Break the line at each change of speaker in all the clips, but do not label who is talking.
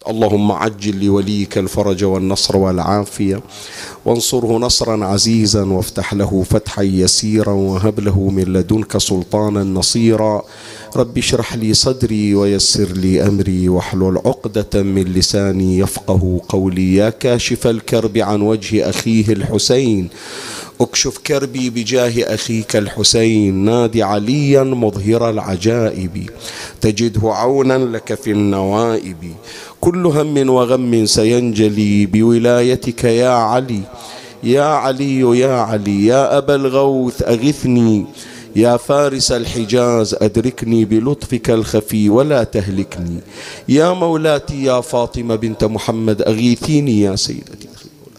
اللهم عجل لوليك الفرج والنصر والعافية، وانصره نصرا عزيزا، وافتح له فتحا يسيرا، وهب له من لدنك سلطانا نصيرا. رب اشرح لي صدري ويسر لي أمري، واحلل عقدة من لساني يفقه قولي. يا كاشف الكرب عن وجه أخيه الحسين، اكشف كربي بجاه أخيك الحسين. نادي عليا مظهر العجائب، تجده عونا لك في النوائب. كل هم وغم سينجلي بولايتك يا علي، يا علي يا علي. يا أبا الغوث أغثني، يا فارس الحجاز أدركني بلطفك الخفي ولا تهلكني. يا مولاتي يا فاطمة بنت محمد أغيثيني يا سيدتي.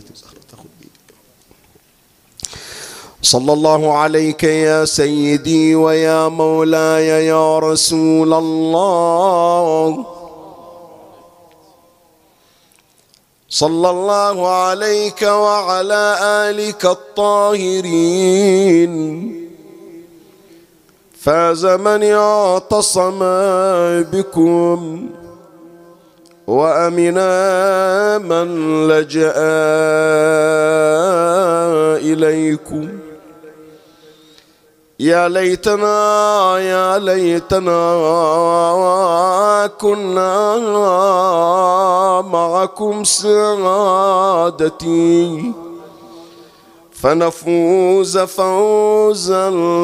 صلى الله عليك يا سيدي ويا مولاي يا رسول الله. صلى الله عليك وعلى آلك الطاهرين. فاز من اعتصم بكم، وأمنا من لجأ إليكم. يا ليتنا يا ليتنا كنا معكم سعادتي، فنفوز فوزا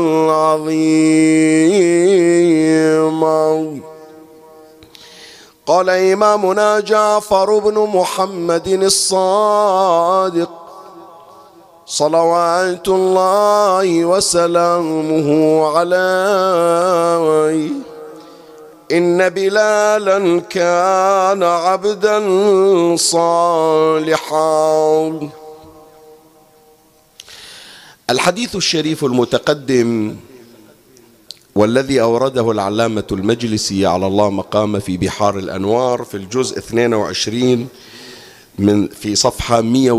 عظيما. قال إمامنا جعفر بن محمد الصادق صلوات الله وسلامه عليه: إن بلالا كان عبدا صالحا. الحديث الشريف المتقدم والذي أورده العلامة المجلسي على الله مقام في بحار الأنوار في الجزء 22 في صفحة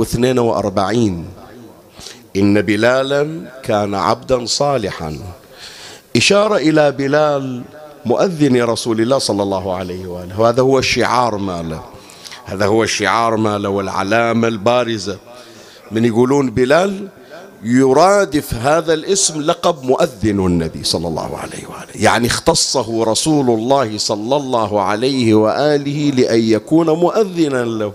142: إن بلالا كان عبدا صالحا، إشارة إلى بلال مؤذن رسول الله صلى الله عليه وآله، وهذا هو الشعار ماله، هذا هو الشعار ماله والعلامة البارزة. من يقولون بلال يرادف هذا الاسم لقب مؤذن النبي صلى الله عليه وآله، يعني اختصه رسول الله صلى الله عليه وآله لأن يكون مؤذنا له.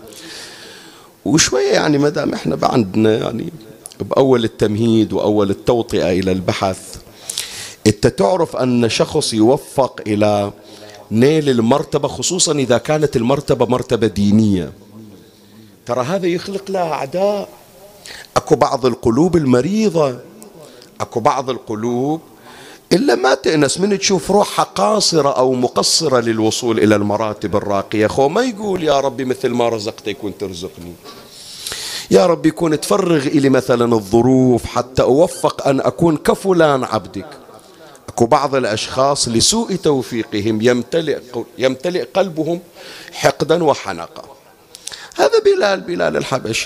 وشوية يعني مدام احنا عندنا يعني بأول التمهيد وأول التوطئة إلى البحث، انت تعرف أن شخص يوفق إلى نيل المرتبة، خصوصا إذا كانت المرتبة مرتبة دينية، ترى هذا يخلق لها أعداء. أكو بعض القلوب المريضة، أكو بعض القلوب إلا ما تأنس من تشوف روحها قاصرة أو مقصرة للوصول إلى المراتب الراقية. خو ما يقول يا ربي مثل ما رزقت يكون ترزقني، يا رب يكون تفرغ إلي مثلا الظروف حتى أوفق أن أكون كفلان عبدك. أكو بعض الأشخاص لسوء توفيقهم يمتلئ قلبهم حقدا وحنقا. هذا بلال الحبشي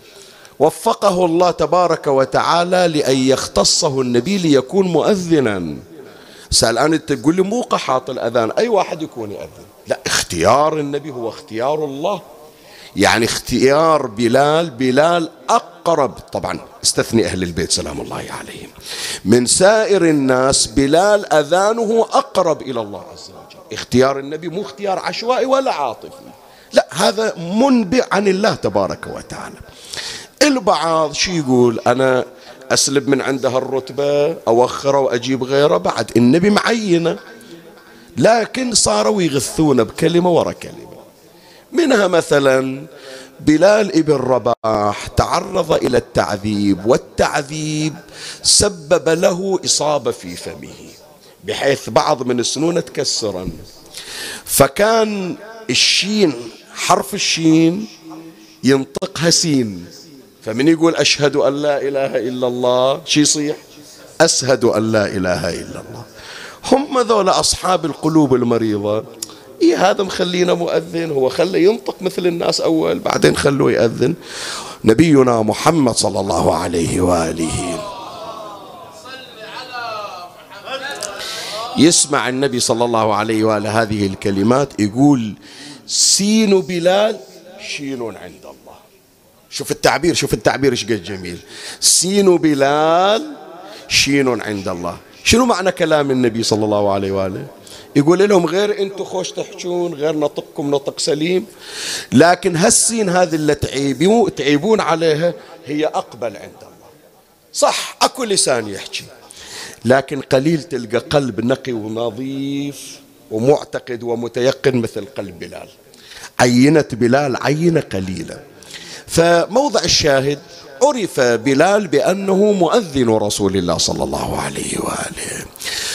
وفقه الله تبارك وتعالى لأن يختصه النبي ليكون مؤذنا. الآن أنت تقول لي مو قحاط الأذان، أي واحد يكون يأذن، لا، اختيار النبي هو اختيار الله. يعني اختيار بلال أقرب، طبعا استثني أهل البيت سلام الله عليهم، من سائر الناس بلال أذانه أقرب إلى الله عز وجل. اختيار النبي مو اختيار عشوائي ولا عاطفي، لا، هذا منبع عن الله تبارك وتعالى. البعض شي يقول أنا أسلب من عندها الرتبة أوخره وأجيب غيره، بعد النبي معينة، لكن صاروا يغثون بكلمة ورا كلمة. منها مثلا بلال ابن رباح تعرض إلى التعذيب، والتعذيب سبب له إصابة في فمه بحيث بعض من السنون تكسرا، فكان الشين، حرف الشين ينطقها سين، فمن يقول أشهد أن لا إله إلا الله شي يصيح أشهد أن لا إله إلا الله. هم ذولا أصحاب القلوب المريضة. هذا مخلينا مؤذن، هو خلي ينطق مثل الناس أول بعدين خلوه يأذن. نبينا محمد صلى الله عليه وآله يسمع النبي صلى الله عليه وآله هذه الكلمات، يقول سين بلال شين عند الله. شوف التعبير ايش قد جميل. سين بلال شين عند الله. شنو معنى كلام النبي صلى الله عليه وآله؟ يقول لهم غير انتم خوش تحجون، غير نطقكم نطق سليم، لكن هالسين هذه اللي تعيبون عليها هي أقبل عند الله. صح اكو لسان يحكي، لكن قليل تلقى قلب نقي ونظيف ومعتقد ومتيقن مثل قلب بلال. عينة بلال عينة قليلة. فموضع الشاهد عرف بلال بأنه مؤذن رسول الله صلى الله عليه وآله.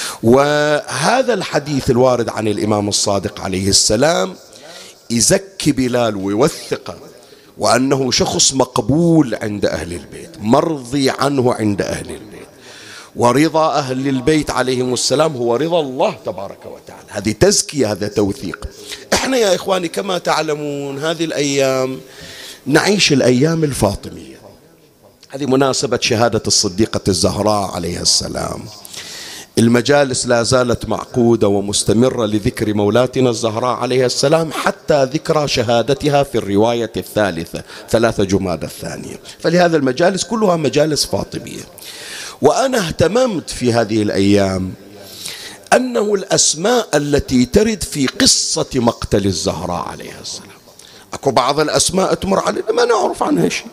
وهذا الحديث الوارد عن الإمام الصادق عليه السلام يزكي بلال ويوثقه، وأنه شخص مقبول عند أهل البيت، مرضي عنه عند أهل البيت، ورضا أهل البيت عليهم السلام هو رضا الله تبارك وتعالى. هذه تزكية، هذا توثيق. احنا يا إخواني كما تعلمون هذه الأيام نعيش الأيام الفاطمية، هذه مناسبة شهادة الصديقة الزهراء عليها السلام. المجالس لا زالت معقودة ومستمرة لذكر مولاتنا الزهراء عليها السلام حتى ذكرى شهادتها في الرواية الثالثة 3 جمادى الثانية. فلهذا المجالس كلها مجالس فاطمية. وأنا اهتممت في هذه الأيام أنه الأسماء التي ترد في قصة مقتل الزهراء عليها السلام، أكو بعض الأسماء تمر علينا ما نعرف عنها شيء.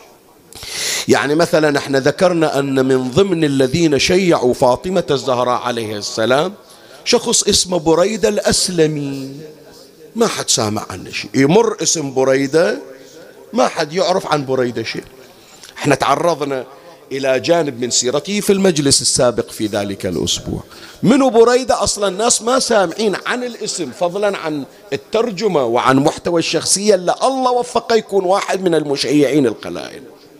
يعني مثلا احنا ذكرنا أن من ضمن الذين شيعوا فاطمة الزهراء عليه السلام شخص اسمه بريدة الأسلمي، ما حد سامع عنه شيء. يمر اسم بريدة ما حد يعرف عن بريدة شيء. احنا تعرضنا إلى جانب من سيرته في المجلس السابق في ذلك الأسبوع. منو بريدة؟ أصلا الناس ما سامعين عن الاسم فضلا عن الترجمة وعن محتوى الشخصية اللي الله وفقه يكون واحد من المشيعين القلائل.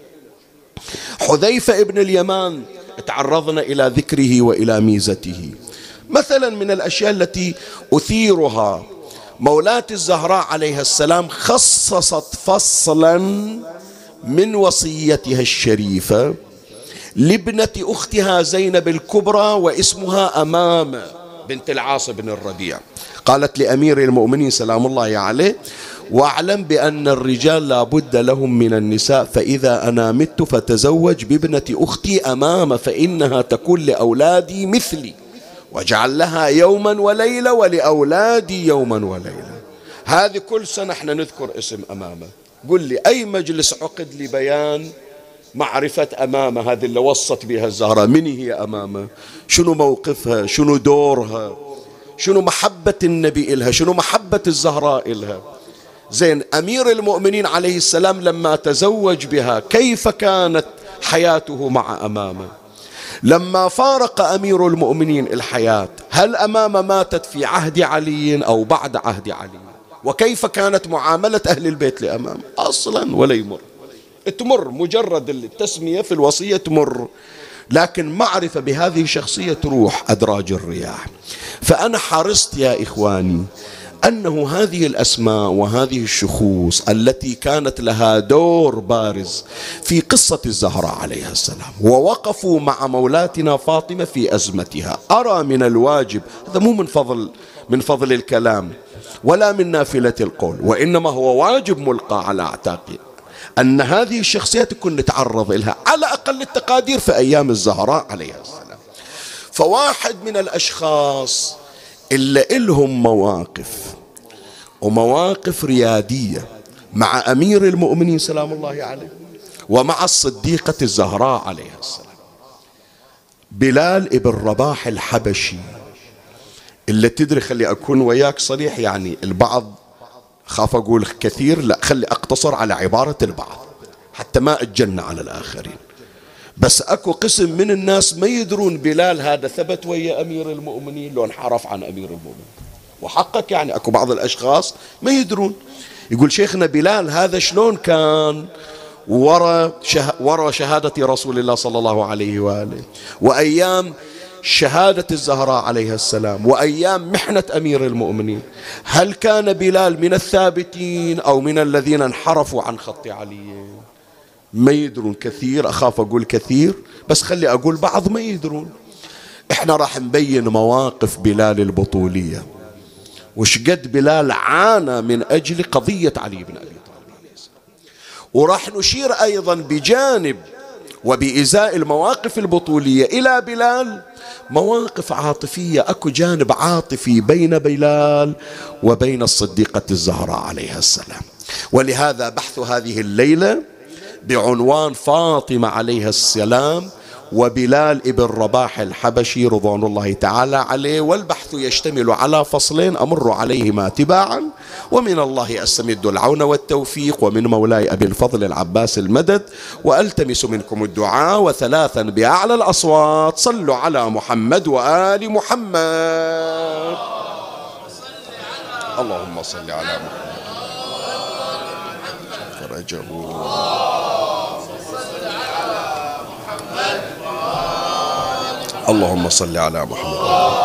حذيفة ابن اليمان تعرضنا إلى ذكره وإلى ميزته. مثلا من الأشياء التي أثيرها مولاة الزهراء عليها السلام خصصت فصلا من وصيتها الشريفة لابنة أختها زينب الكبرى واسمها أمامة بنت العاص بن الربيع. قالت لأمير المؤمنين سلام الله عليه: واعلم بأن الرجال لا بد لهم من النساء، فإذا أنا مت فتزوج بابنة أختي أمامة فإنها تكون لأولادي مثلي، واجعل لها يوما وليلة ولأولادي يوما وليلة. هذه كل سنة احنا نذكر اسم أمامة. قل لي أي مجلس عقد لبيان معرفة أمامة هذه اللي وصت بها الزهراء؟ من هي أمامة؟ شنو موقفها؟ شنو دورها؟ شنو محبة النبي إلها؟ شنو محبة الزهراء إلها؟ زين، أمير المؤمنين عليه السلام لما تزوج بها كيف كانت حياته مع أمامة؟ لما فارق أمير المؤمنين الحياة هل أمامة ماتت في عهد علي أو بعد عهد علي؟ وكيف كانت معاملة أهل البيت لأمامة؟ أصلا ولا يمر، تمر مجرد التسمية في الوصية تمر، لكن معرفة بهذه الشخصية تروح أدراج الرياح. فأنا حرصت يا إخواني أنه هذه الأسماء وهذه الشخوص التي كانت لها دور بارز في قصة الزهراء عليها السلام ووقفوا مع مولاتنا فاطمة في أزمتها، أرى من الواجب، هذا مو من فضل الكلام ولا من نافلة القول، وإنما هو واجب ملقى على أعتاقي، أن هذه الشخصيات تكون نتعرض لها على أقل التقادير في أيام الزهراء عليها السلام. فواحد من الأشخاص اللي إلهم مواقف ريادية مع أمير المؤمنين سلام الله عليه ومع الصديقة الزهراء عليها السلام بلال ابن رباح الحبشي، اللي تدري، خلي أكون وياك صريح، يعني البعض خاف أقول كثير، لا خلي أقتصر على عبارة البعض حتى ما أتجنى على الآخرين. بس أكو قسم من الناس ما يدرون بلال هذا ثبت ويا أمير المؤمنين لو انحرف عن أمير المؤمنين، وحقك يعني أكو بعض الأشخاص ما يقول شيخنا بلال هذا شلون كان ورا شهادة رسول الله صلى الله عليه وآله وأيام شهادة الزهراء عليها السلام وأيام محنة أمير المؤمنين، هل كان بلال من الثابتين أو من الذين انحرفوا عن خط علي؟ ما يدرون كثير، أخاف أقول كثير بس خلي أقول بعض ما يدرون. إحنا راح نبين مواقف بلال البطولية وشقد بلال عانى من أجل قضية علي بن أبي طالب. وراح نشير أيضا بجانب وبإزاء المواقف البطولية إلى بلال مواقف عاطفية. أكو جانب عاطفي بين بلال وبين الصديقة الزهراء عليها السلام. ولهذا بحث هذه الليلة بعنوان فاطمة عليها السلام وبلال ابن رباح الحبشي رضوان الله تعالى عليه. والبحث يشتمل على فصلين أمر عليهما تباعا، ومن الله أستمد العون والتوفيق، ومن مولاي أبي الفضل العباس المدد، وألتمس منكم الدعاء. وثلاثا بأعلى الأصوات صلوا على محمد وآل محمد. اللهم صل على محمد فرجه. اللهم صل على محمد.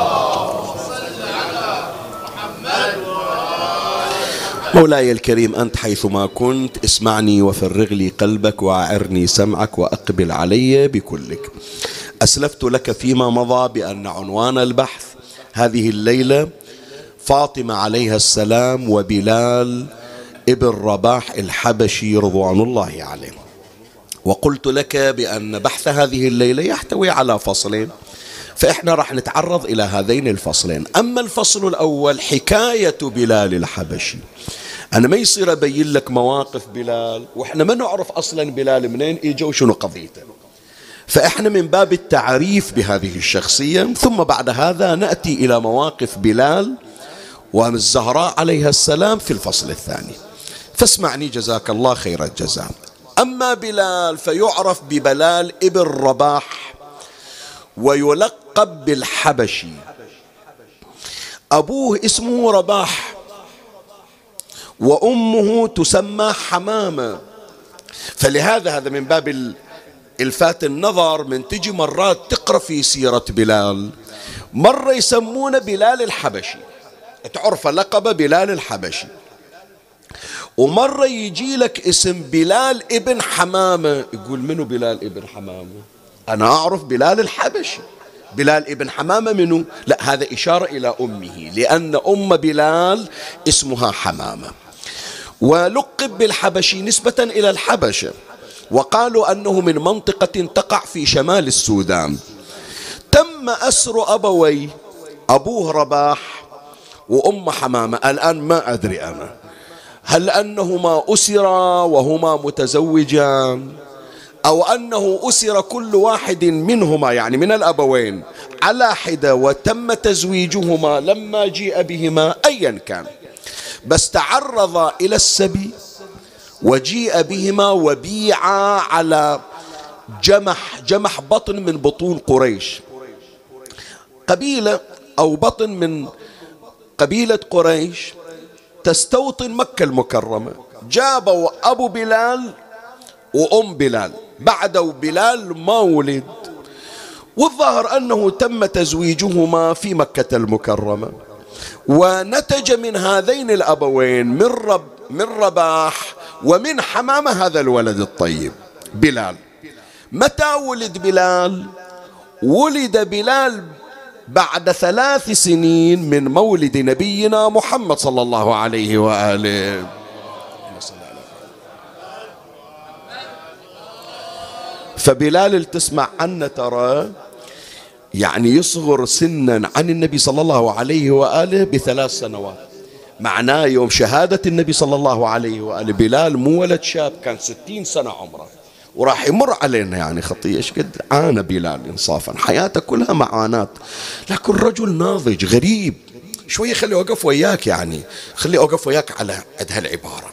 مولاي الكريم، أنت حيثما كنت اسمعني وفرغ لي قلبك وأعرني سمعك وأقبل علي بكلك. أسلفت لك فيما مضى بأن عنوان البحث هذه الليلة فاطمة عليها السلام وبلال ابن رباح الحبشي رضوان الله عليه. وقلت لك بأن بحث هذه الليلة يحتوي على فصلين، فإحنا راح نتعرض إلى هذين الفصلين. أما الفصل الأول حكاية بلال الحبشي، أنا ما يصير أبين لك مواقف بلال وإحنا ما نعرف أصلا بلال منين إجا وشنو قضيته، فإحنا من باب التعريف بهذه الشخصية، ثم بعد هذا نأتي إلى مواقف بلال والزهراء عليها السلام في الفصل الثاني. فاسمعني جزاك الله خير الجزاء. أما بلال فيعرف ببلال ابن رباح ويلقب بالحبشي. أبوه اسمه رباح وأمه تسمى حمامة، فلهذا هذا من باب الفات النظر. من تجي مرات تقرأ في سيرة بلال مرة يسمونه بلال الحبشي، تعرف لقب بلال الحبشي، ومرة يجي لك اسم بلال ابن حمامة. يقول منو بلال ابن حمامة؟ أنا أعرف بلال الحبشي، بلال ابن حمامة منو؟ لا، هذا إشارة إلى أمه، لأن أم بلال اسمها حمامة. ولقب بالحبشي نسبة إلى الحبشة، وقالوا أنه من منطقة تقع في شمال السودان. تم أسر أبوي، أبوه رباح وأم حمامة. الآن ما أدري أنا هل أنهما أسرا وهما متزوجان، أو أنه أسر كل واحد منهما يعني من الأبوين على حدة وتم تزويجهما لما جيء بهما، أيا كان، بس تعرض إلى السبي وجيء بهما وبيعا على جمح بطن من بطون قريش، قبيلة أو بطن من قبيلة قريش تستوطن مكة المكرمة. جابوا أبو بلال وأم بلال بعد بلال ما ولد، والظاهر أنه تم تزويجهما في مكة المكرمة، ونتج من هذين الأبوين من رباح ومن حمامة هذا الولد الطيب بلال. متى ولد بلال؟ ولد بلال بعد 3 سنين من مولد نبينا محمد صلى الله عليه وآله. فبلال تسمع عنه ترى يعني يصغر سنا عن النبي صلى الله عليه وآله ب3 سنوات. معناه يوم شهادة النبي صلى الله عليه وآله بلال مو ولد شاب، كان 60 سنة عمره، وراح يمر علينا يعني خطية ايش قد عانى بلال انصافا، حياته كلها معاناة، لكن رجل ناضج غريب. شوية خلي أوقف وياك، يعني خلي أوقف وياك على هالعبارة.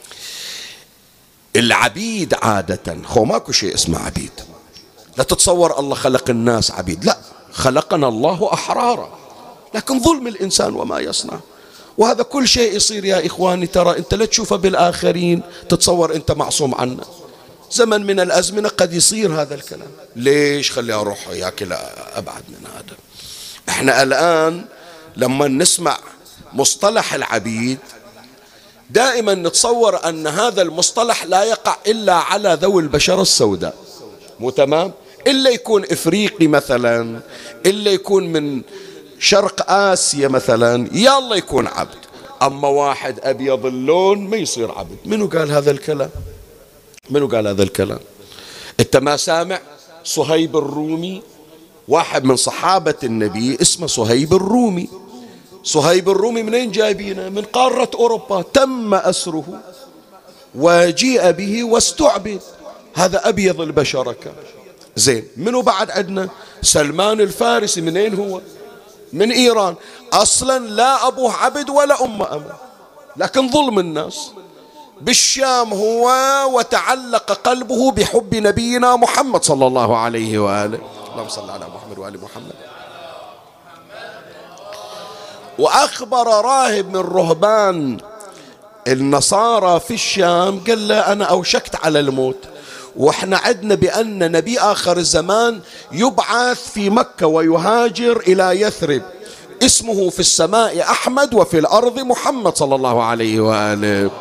العبيد عادة ماكو شيء اسمه عبيد، لا تتصور الله خلق الناس عبيد، لا، خلقنا الله أحرارا، لكن ظلم الإنسان وما يصنع، وهذا كل شيء يصير يا إخواني. ترى أنت لا تشوفه بالآخرين تتصور أنت معصوم عنه. زمن من الأزمنة قد يصير هذا الكلام. ليش؟ خلي أروح وياك لا أبعد من هذا. إحنا الآن لما نسمع مصطلح العبيد دائما نتصور أن هذا المصطلح لا يقع إلا على ذوي البشرة السوداء، مو تمام؟ إلا يكون إفريقي مثلا، إلا يكون من شرق آسيا مثلا يلا يكون عبد، أما واحد أبيض اللون ما يصير عبد. منو قال هذا الكلام؟ منو قال هذا الكلام؟ أنت ما سامع صهيب الرومي؟ واحد من صحابة النبي اسمه صهيب الرومي. صهيب الرومي منين جايبينه؟ من قارة أوروبا، تم أسره وجيء به واستعبد. هذا أبيض البشرة كان. زين، منو بعد عندنا؟ سلمان الفارسي، منين هو؟ من إيران. أصلا لا أبوه عبد ولا أمه أمه، لكن ظلم الناس. بالشام هو، وتعلق قلبه بحب نبينا محمد صلى الله عليه وآله. اللهم صل على محمد وآل محمد. وأخبر راهب من رهبان النصارى في الشام، قال له أنا أوشكت على الموت، وإحنا عدنا بأن نبي آخر الزمان يبعث في مكة ويهاجر إلى يثرب، اسمه في السماء أحمد وفي الأرض محمد صلى الله عليه وآله.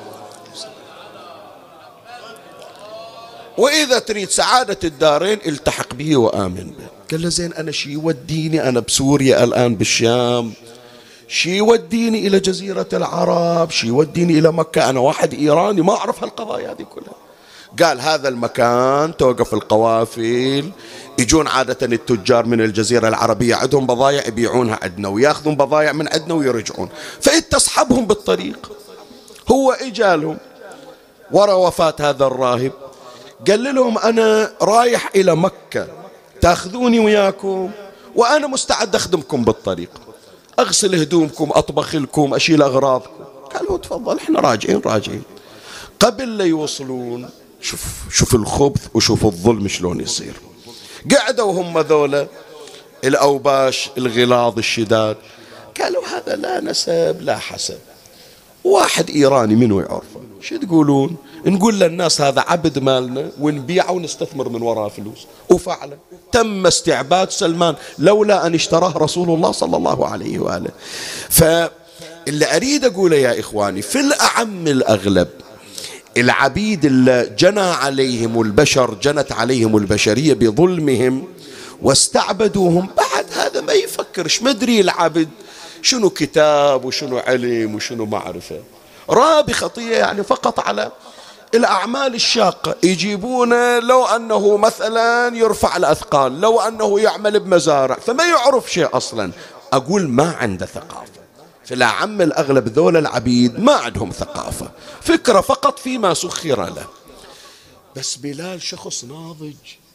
وإذا تريد سعادة الدارين التحق به وآمن به. قال له زين، أنا شي يوديني أنا بسوريا الآن بالشام، شي يوديني إلى جزيرة العرب، شي يوديني إلى مكة، أنا واحد إيراني ما أعرف هالقضايا هذه كلها. قال هذا المكان توقف القوافل، يجون عادة التجار من الجزيرة العربية، عندهم بضايع يبيعونها عندنا وياخذون بضايع من عندنا ويرجعون، فإنت تصحبهم بالطريق. هو إجالهم ورا وفاة هذا الراهب، قال لهم أنا رايح إلى مكة، تأخذوني وياكم وأنا مستعد أخدمكم بالطريق، أغسل هدومكم، أطبخ لكم، أشيل أغراضكم. قالوا تفضل، إحنا راجعين. قبل لا يوصلون، شوف الخبث وشوف الظلم شلون يصير. قعدوا هم ذولا الأوباش الغلاظ الشداد، قالوا هذا لا نسب لا حسب، واحد إيراني منو يعرفه، شو تقولون؟ نقول للناس هذا عبد مالنا ونبيعه ونستثمر من وراء فلوس. وفعلا تم استعباد سلمان لولا أن اشتراه رسول الله صلى الله عليه وآله. فاللي أريد أقوله يا إخواني، في الأعم الأغلب العبيد اللي جنى عليهم البشر، جنت عليهم البشرية بظلمهم واستعبدوهم، بعد هذا ما يفكرش، مدري العبد شنو كتاب وشنو علم وشنو معرفة، رابي خطية يعني فقط على الأعمال الشاقة. يجيبونه لو أنه مثلا يرفع الأثقال، لو أنه يعمل بمزارع، فما يعرف شيء أصلا. أقول ما عنده ثقافة. في الأعم الأغلب ذول العبيد ما عندهم ثقافة، فكرة فقط فيما سخر له. بس بلال شخص ناضج،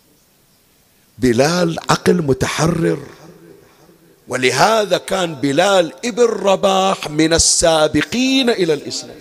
بلال عقل متحرر، ولهذا كان بلال ابن رباح من السابقين إلى الإسلام.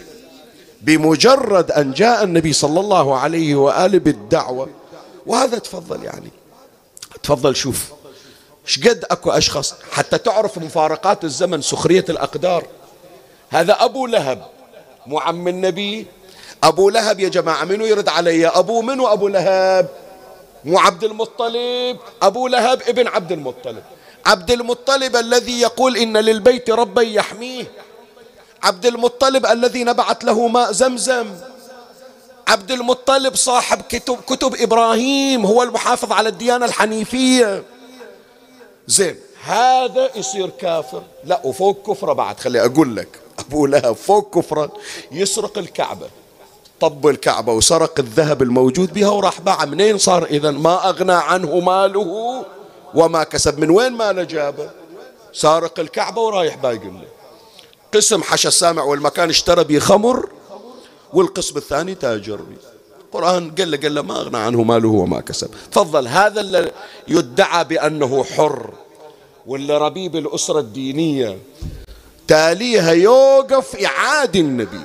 بمجرد أن جاء النبي صلى الله عليه وآله بالدعوة، وهذا تفضل يعني، تفضل شوف شقد أكو أشخاص حتى تعرف مفارقات الزمن، سخرية الأقدار. هذا أبو لهب مو عم النبي، أبو لهب يا جماعة منو يرد علي؟ أبو منو أبو لهب؟ مو عبد المطلب، أبو لهب ابن عبد المطلب، عبد المطلب الذي يقول إن للبيت ربا يحميه، عبد المطلب الذي نبعت له ماء زمزم، عبد المطلب صاحب كتب إبراهيم، هو المحافظ على الديانة الحنيفية. زين، هذا يصير كافر؟ لا، وفوق كفره بعد. خلي أقول لك، أبو لهب فوق كفره يسرق الكعبة، طب الكعبة وسرق الذهب الموجود بها وراح باع. منين صار إذن؟ ما أغنى عنه ماله وما كسب. من وين ماله جابه؟ سارق الكعبة ورايح باقي له. قسم حشى السامع والمكان اشترى به خمر، والقسم الثاني تاجر به. القرآن قال له ما أغنى عنه ماله وما كسب. تفضل، هذا اللي يدعى بأنه حر، واللي ربيب الأسرة الدينية تاليها يوقف يعادي النبي،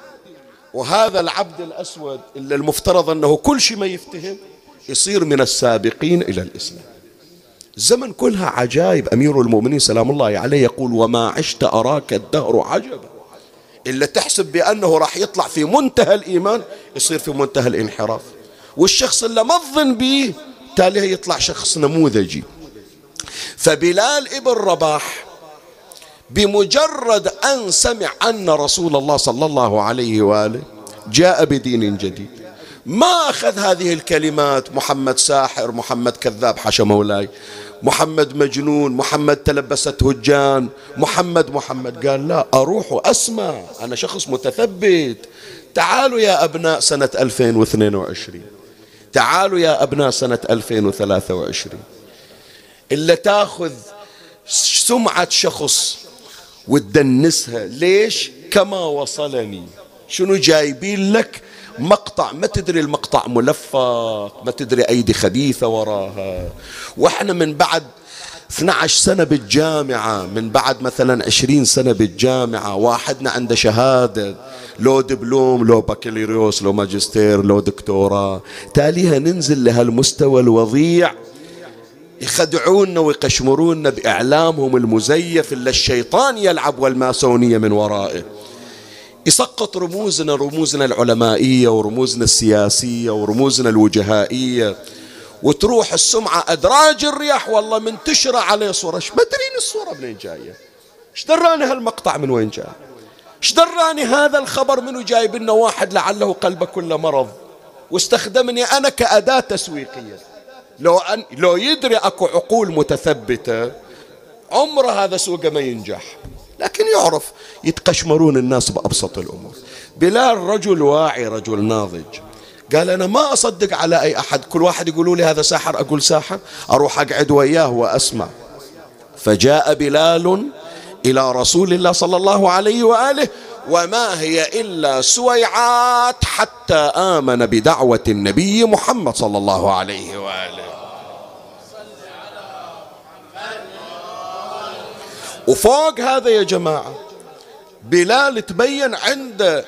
وهذا العبد الأسود اللي المفترض أنه كل شيء ما يفتهم يصير من السابقين إلى الإسلام. الزمن كلها عجائب. أمير المؤمنين سلام الله عليه يقول وما عشت أراك الدهر عجبا. إلا تحسب بأنه راح يطلع في منتهى الإيمان يصير في منتهى الانحراف، والشخص اللي ما تظن به تاليه يطلع شخص نموذجي. فبلال ابن رباح بمجرد أن سمع أن رسول الله صلى الله عليه وآله جاء بدين جديد، ما أخذ هذه الكلمات محمد ساحر محمد كذاب حاشا مولاي، محمد مجنون، محمد تلبسته الجان، محمد قال لا، أروح وأسمع، أنا شخص متثبت. تعالوا يا أبناء سنة 2022، تعالوا يا أبناء سنة 2023، إلا تأخذ سمعة شخص وتدنسها. ليش؟ كما وصلني. شنو جايبين لك؟ مقطع، ما تدري المقطع ملفق، ما تدري أيدي خبيثة وراها. وإحنا من بعد 12 سنة بالجامعة، من بعد مثلا 20 سنة بالجامعة، واحدنا عنده شهادة، لو دبلوم، لو بكالوريوس، لو ماجستير، لو دكتوراه، تاليها ننزل لهالمستوى الوضيع، يخدعونا ويقشمرونا بإعلامهم المزيف اللي الشيطان يلعب والماسونية من ورائه، يسقط رموزنا العلمائية ورموزنا السياسية ورموزنا الوجهائية، وتروح السمعة أدراج الرياح. والله منتشرة عليه صورة، ما درين الصورة منين جاية، ايش دراني هالمقطع من وين جاي، ايش دراني هذا الخبر منو جايب لنا واحد لعله قلبه كله مرض واستخدمني أنا كأداة تسويقية. لو يدري أكو عقول متثبتة عمره هذا سوقه ما ينجح، لكن يعرف يتقشمرون الناس بأبسط الأمور. بلال رجل واعي، رجل ناضج، قال أنا ما أصدق على أي أحد، كل واحد يقولوا لي هذا ساحر أقول ساحر، أروح أقعد وياه وأسمع. فجاء بلال إلى رسول الله صلى الله عليه وآله وما هي إلا سويعات حتى آمن بدعوة النبي محمد صلى الله عليه وآله. وفوق هذا يا جماعة بلال تبين عنده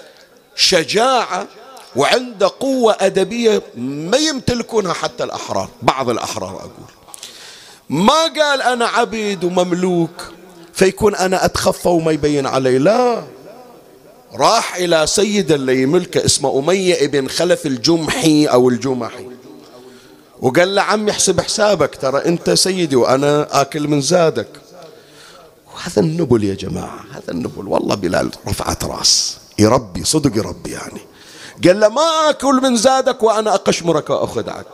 شجاعة وعنده قوة أدبية ما يمتلكونها حتى الأحرار، بعض الأحرار أقول. ما قال أنا عبيد ومملوك فيكون أنا أتخفى وما يبين علي، لا، راح إلى سيد اللي يملكه اسمه أمية بن خلف الجمحي أو الجمحي، وقال له عمي احسب حسابك، ترى أنت سيدي وأنا آكل من زادك. وهذا النبل يا جماعة، هذا النبل. والله بلال رفعت راس، يربي صدق، يربي يعني. قال له ما أكل من زادك وأنا أقشمرك وأخدعك.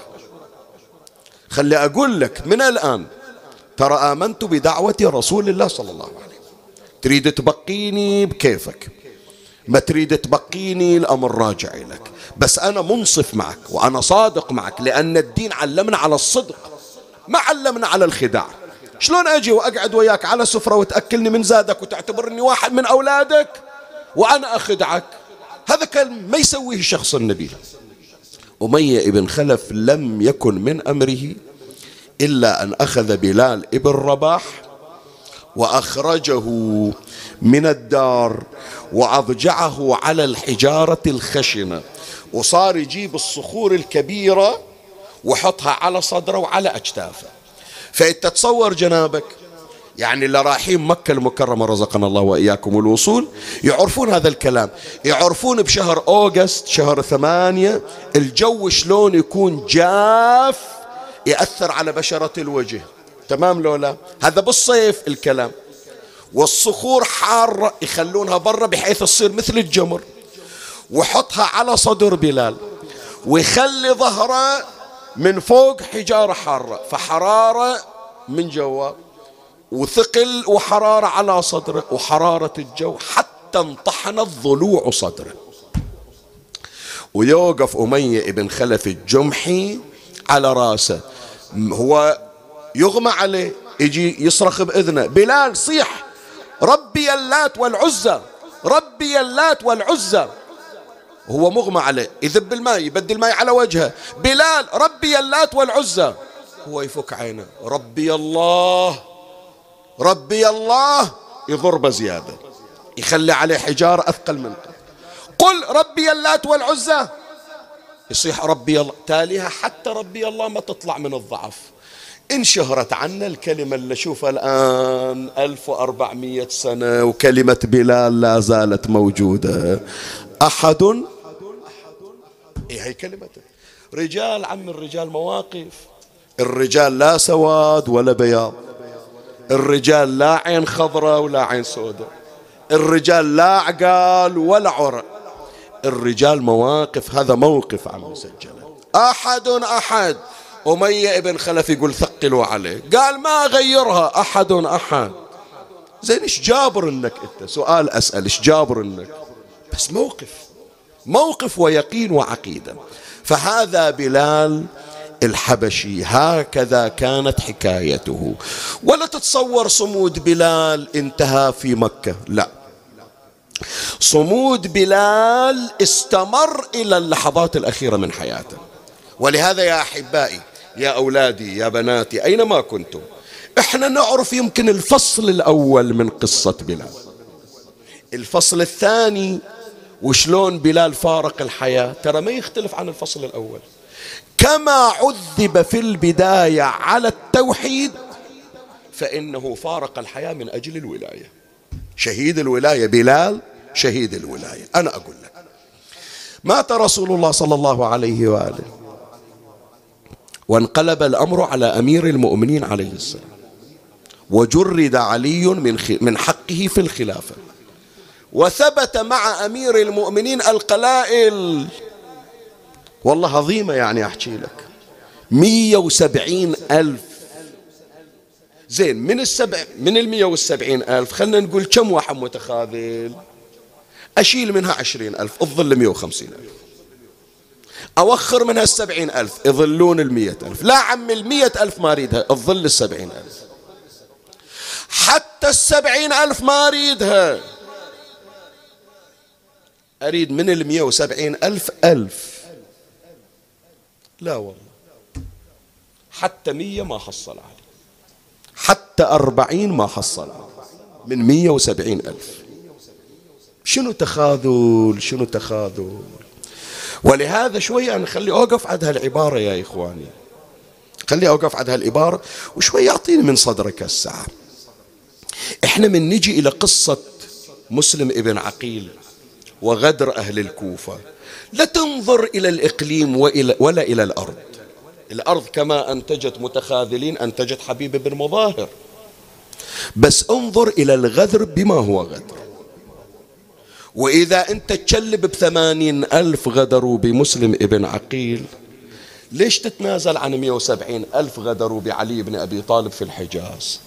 خلي أقول لك من الآن، ترى آمنت بدعوة رسول الله صلى الله عليه وسلم، تريد تبقيني بكيفك، ما تريد تبقيني الأمر راجع لك، بس أنا منصف معك وأنا صادق معك، لأن الدين علمنا على الصدق ما علمنا على الخداع. شلون أجي وأقعد وياك على سفرة وتأكلني من زادك وتعتبرني واحد من أولادك وأنا أخدعك؟ هذا كان ما يسويه الشخص النبيل. أمية بن خلف لم يكن من أمره إلا أن أخذ بلال ابن رباح وأخرجه من الدار وأضجعه على الحجارة الخشنة، وصار يجيب الصخور الكبيرة وحطها على صدره وعلى أكتافه. فأنت تصور جنابك، يعني اللي رايحين مكة المكرمة رزقنا الله وإياكم الوصول يعرفون هذا الكلام، يعرفون بشهر أوغست شهر 8 الجو شلون يكون جاف يأثر على بشرة الوجه، تمام لولا؟ هذا بالصيف الكلام. والصخور حارة يخلونها برا بحيث تصير مثل الجمر، وحطها على صدر بلال ويخلي ظهره من فوق حجارة حارة، فحرارة من جوا وثقل وحرارة على صدره وحرارة الجو حتى انطحنت ضلوع صدره. ويوقف أمية بن خلف الجمحي على راسه، هو يغمى عليه، يجي يصرخ بإذنه بلال صيح ربي اللات والعزى، ربي اللات والعزى، هو مغمى عليه، يذب الماء يبدل الماء على وجهه، بلال ربي اللات والعزى، هو يفك عينه ربي الله ربي الله، يضرب زيادة يخلي عليه حجارة أثقل منه، قل ربي اللات والعزى، يصيح ربي الله، تاليها حتى ربي الله ما تطلع من الضعف. انشهرت عنا الكلمة اللي شوفها الآن 1400 سنة وكلمة بلال لا زالت موجودة. أحد، إيه هي كلمته، رجال عم الرجال مواقف، الرجال لا سواد ولا بياض، الرجال لا عين خضراء ولا عين سوداء، الرجال لا عقال ولا عرق، الرجال مواقف. هذا موقف عم مسجله. أحد أمية ابن خلف يقول ثقلوا عليه، قال ما غيرها أحد. زين إيش جابر إنك أنت؟ سؤال أسأل، إيش جابر إنك؟ بس موقف ويقين وعقيدة. فهذا بلال الحبشي، هكذا كانت حكايته. ولا تتصور صمود بلال انتهى في مكة، لا، صمود بلال استمر إلى اللحظات الأخيرة من حياته. ولهذا يا أحبائي، يا أولادي، يا بناتي، أينما كنتم، إحنا نعرف يمكن الفصل الأول من قصة بلال، الفصل الثاني وشلون بلال فارق الحياة ترى ما يختلف عن الفصل الأول. كما عذب في البداية على التوحيد، فإنه فارق الحياة من أجل الولاية. شهيد الولاية بلال، شهيد الولاية. أنا أقول لك، مات رسول الله صلى الله عليه وآله، وانقلب الأمر على أمير المؤمنين عليه السلام، وجرد علي من حقه في الخلافة، وثبت مع أمير المؤمنين القلائل، والله عظيمة يعني أحكي لك، 170,000. زين، من 170,000 خلنا نقول كم واحد متخاذل؟ أشيل منها 20,000 تظل 150,000، أوخر منها 70,000 يظلون 100,000. لا عم 100,000 ما أريدها، تظل 70,000. حتى 70,000 ما أريدها، أريد من 170,000 1,000. لا والله، حتى 100 ما حصل عليه، حتى 40 ما حصل من 170,000. شنو تخاذل. ولهذا شوية أنا خلي أوقف عند هالعبارة يا إخواني، خلي أوقف عند هالعبارة وشوية يعطيني من صدرك الساعة. إحنا من نجي إلى قصة مسلم ابن عقيل وغدر أهل الكوفة، لا تنظر إلى الإقليم ولا إلى الأرض. الأرض كما أنتجت متخاذلين أنتجت حبيب بن مظاهر، بس انظر إلى الغدر بما هو غدر. وإذا أنت تشلب ب80,000 غدروا بمسلم ابن عقيل، ليش تتنازل عن 170,000 غدروا بعلي بن أبي طالب في الحجاز؟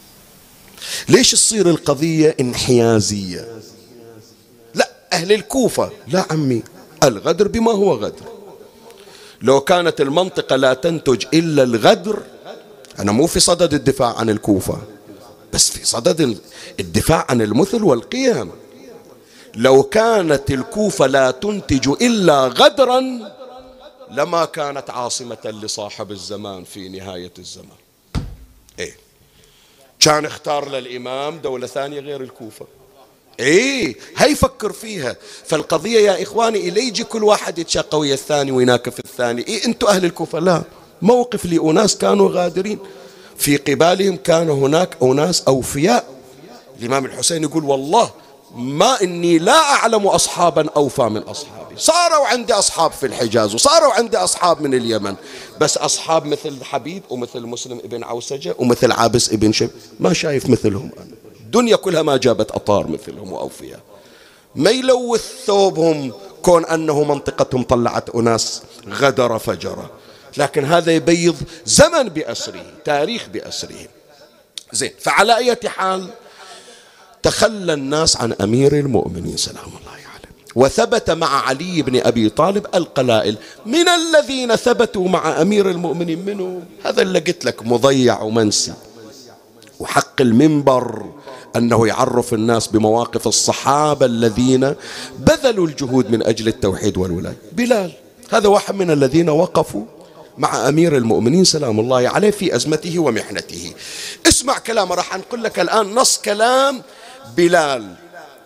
ليش تصير القضية انحيازية؟ لا، أهل الكوفة، لا عمي، الغدر بما هو غدر. لو كانت المنطقة لا تنتج إلا الغدر، أنا مو في صدد الدفاع عن الكوفة، بس في صدد الدفاع عن المثل والقيم. لو كانت الكوفة لا تنتج إلا غدرا لما كانت عاصمة لصاحب الزمان في نهاية الزمان. إيه، كان اختار للإمام دولة ثانية غير الكوفة. ايه، هاي فكر فيها. فالقضية يا إخواني، إلي يجي كل واحد يتشقى ويا الثاني ويناكف الثاني. إيه أنتوا أهل الكوفة؟ لا، موقف لأناس كانوا غادرين، في قبالهم كان هناك أناس أوفياء. الإمام الحسين يقول والله ما إني لا أعلم أصحابا أوفى من أصحابي. صاروا عندي أصحاب في الحجاز، وصاروا عندي أصحاب من اليمن، بس أصحاب مثل حبيب ومثل مسلم ابن عوسجة ومثل عابس ابن شب ما شايف مثلهم. أنا الدنيا كلها ما جابت أطار مثلهم وأوفياء. ما يلوث ثوبهم كون أنه منطقتهم طلعت أناس غدر فجرة، لكن هذا يبيض زمن بأسره، تاريخ بأسره. زين، فعلى أي حال تخلى الناس عن أمير المؤمنين سلام الله عليه، وثبت مع علي بن أبي طالب القلائل. من الذين ثبتوا مع أمير المؤمنين منه؟ هذا اللي قلت لك مضيع ومنسي، وحق المنبر أنه يعرف الناس بمواقف الصحابة الذين بذلوا الجهود من أجل التوحيد والولاية. بلال هذا واحد من الذين وقفوا مع أمير المؤمنين سلام الله عليه في أزمته ومحنته. اسمع كلامه، راح نقول لك الآن نص كلام بلال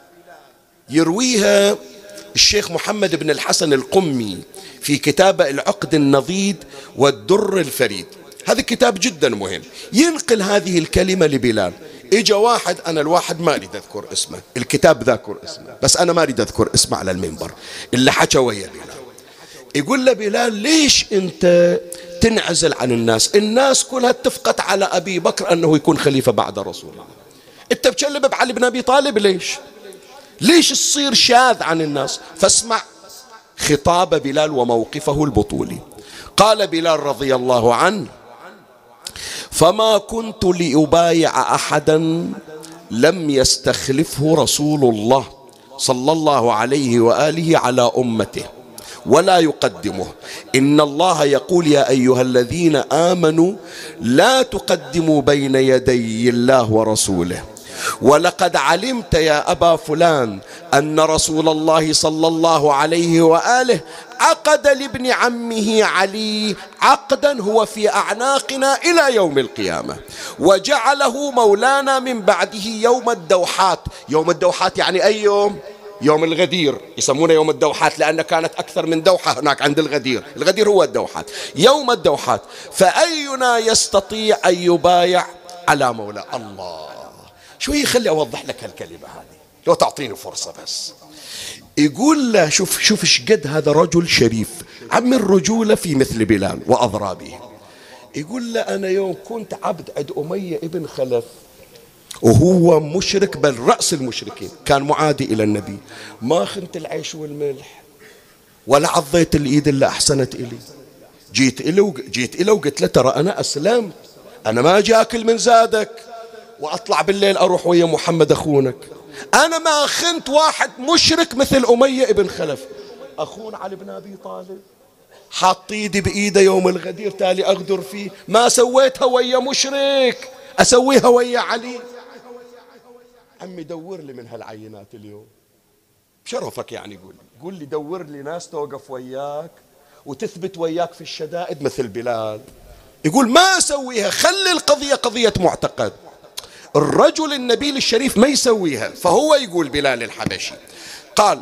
يرويها الشيخ محمد بن الحسن القمي في كتابه العقد النضيد والدر الفريد. هذا كتاب جدا مهم، ينقل هذه الكلمة لبلال. اجا واحد، انا الواحد ما اريد اذكر اسمه، الكتاب ذاكر اسمه بس انا ما اريد اذكر اسمه على المنبر، اللي حكى ويا بلال يقول له بلال ليش انت تنعزل عن الناس؟ الناس كلها اتفقت على ابي بكر انه يكون خليفة بعد رسول الله، انت بتشلب بعلي بن ابي طالب ليش تصير شاذ عن الناس؟ فاسمع خطاب بلال وموقفه البطولي. قال بلال رضي الله عنه: فما كنت لأبايع أحدا لم يستخلفه رسول الله صلى الله عليه وآله على أمته ولا يقدمه. إن الله يقول: يا أيها الذين آمنوا لا تقدموا بين يدي الله ورسوله. ولقد علمت يا أبا فلان أن رسول الله صلى الله عليه وآله عقد لابن عمه علي عقدا هو في أعناقنا إلى يوم القيامة، وجعله مولانا من بعده يوم الدوحات. يوم الدوحات يعني أي يوم؟ يوم الغدير، يسمونه يوم الدوحات لأن كانت أكثر من دوحة هناك عند الغدير. الغدير هو الدوحات، يوم الدوحات. فأينا يستطيع أن يبايع على مولاه؟ الله، شوي خلي أوضح لك هالكلمة هذه لو تعطيني فرصة بس. يقول له: شوف ايش قد هذا رجل شريف، عم الرجولة في مثل بلال وأضرابه. يقول له: أنا يوم كنت عبد عند أمية ابن خلف وهو مشرك، بل رأس المشركين، كان معادي إلى النبي، ما خنت العيش والملح ولا عضيت الإيد إلا أحسنت إلي. جيت إله وقلت له: ترى أنا أسلمت، أنا ما أجي أكل من زادك وأطلع بالليل أروح ويا محمد أخونك. أنا ما خنت واحد مشرك مثل أمية ابن خلف. أخون علي بن أبي طالب حاط إيدي بإيده يوم الغدير تالي أغدر فيه، ما سويتها ويا مشرك، أسويها ويا علي. عمي دور لي من هالعينات اليوم بشرفك، يعني قول لي دور لي ناس توقف وياك وتثبت وياك في الشدائد مثل بلال. يقول ما أسويها، خلي القضية قضية معتقد. الرجل النبيل الشريف ما يسويها. فهو يقول بلال الحبشي قال: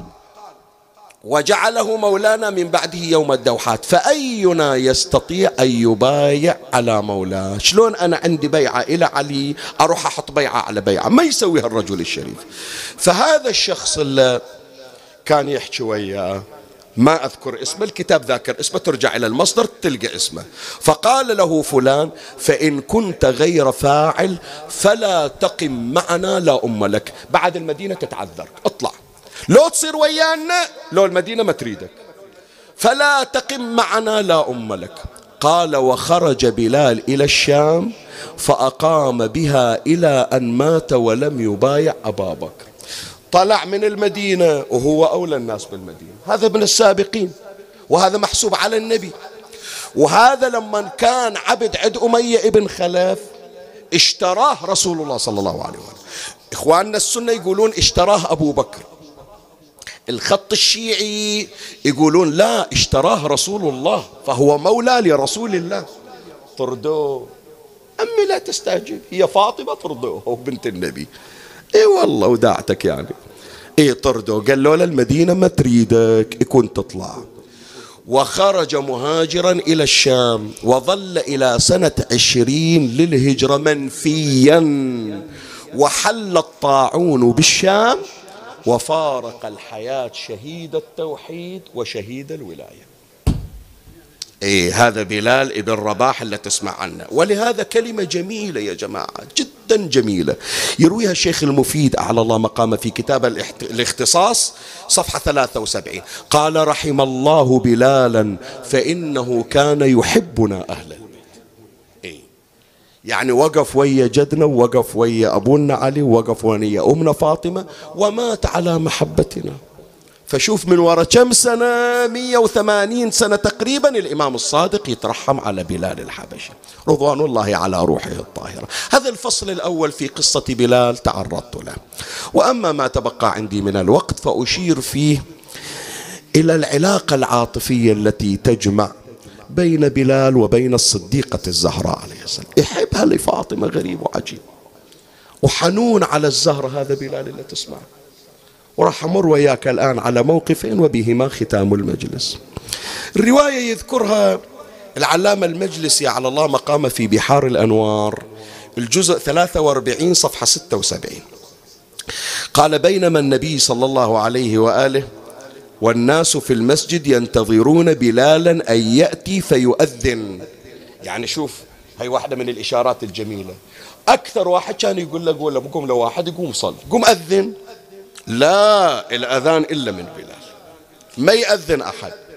وجعله مولانا من بعده يوم الدوحات، فأينا يستطيع أن يبايع على مولاه؟ شلون أنا عندي بيعة إلى علي أروح أحط بيعة على بيعة؟ ما يسويها الرجل الشريف. فهذا الشخص اللي كان يحكي وياه، ما أذكر اسمه، الكتاب ذاكر اسمه، ترجع إلى المصدر تلقى اسمه. فقال له فلان: فإن كنت غير فاعل فلا تقم معنا لا أم لك، بعد المدينة تتعذر، اطلع، لو تصير ويانا لو المدينة ما تريدك، فلا تقم معنا لا أم لك. قال: وخرج بلال إلى الشام فأقام بها إلى أن مات ولم يبايع أبا بكر. طلع من المدينة وهو أولى الناس بالمدينة، هذا من السابقين، وهذا محسوب على النبي. وهذا لما كان عبد عند أمية ابن خلف اشتراه رسول الله صلى الله عليه وسلم. إخواننا السنة يقولون اشتراه أبو بكر، الخط الشيعي يقولون لا، اشتراه رسول الله فهو مولى لرسول الله. طردوه. أمي لا تستعجل، هي فاطمة، طردوه، هو بنت النبي. اي والله وداعتك يعني. اي طردوه، قال له المدينة ما تريدك، يكون تطلع. وخرج مهاجرا إلى الشام وظل إلى سنة 20 للهجرة منفيا، وحل الطاعون بالشام، وفارق الحياة شهيد التوحيد وشهيد الولاية. هذا بلال ابن رباح اللي تسمع عنه. ولهذا كلمة جميلة يا جماعة، جدا جميلة، يرويها الشيخ المفيد أعلى الله مقامه في كتاب الاختصاص صفحة 73. قال: رحم الله بلالا فإنه كان يحبنا أهل البيت. يعني وقف ويا جدنا، ووقف ويا أبونا علي، ووقف ويا أمنا فاطمة، ومات على محبتنا. فشوف من وراء كم سنة، 180 سنة تقريبا، الإمام الصادق يترحم على بلال الحبشي رضوان الله على روحه الطاهرة. هذا الفصل الأول في قصة بلال تعرضت له. وأما ما تبقى عندي من الوقت فأشير فيه إلى العلاقة العاطفية التي تجمع بين بلال وبين الصديقة الزهراء عليه السلام. يحبها لفاطمة، غريب وعجيب، وحنون على الزهرة هذا بلال اللي تسمع. وراح أمر وياك الآن على موقفين وبهما ختام المجلس. الرواية يذكرها العلامة المجلسي على الله مقامه في بحار الأنوار، الجزء 43 صفحة 76. قال: بينما النبي صلى الله عليه وآله والناس في المسجد ينتظرون بلالا أن يأتي فيؤذن. يعني شوف، هي واحدة من الإشارات الجميلة. أكثر واحد كان يقول له: قول له بقوم لو واحد يقوم صل، قوم أذن. لا الأذان إلا من بلال، ما يأذن أحد.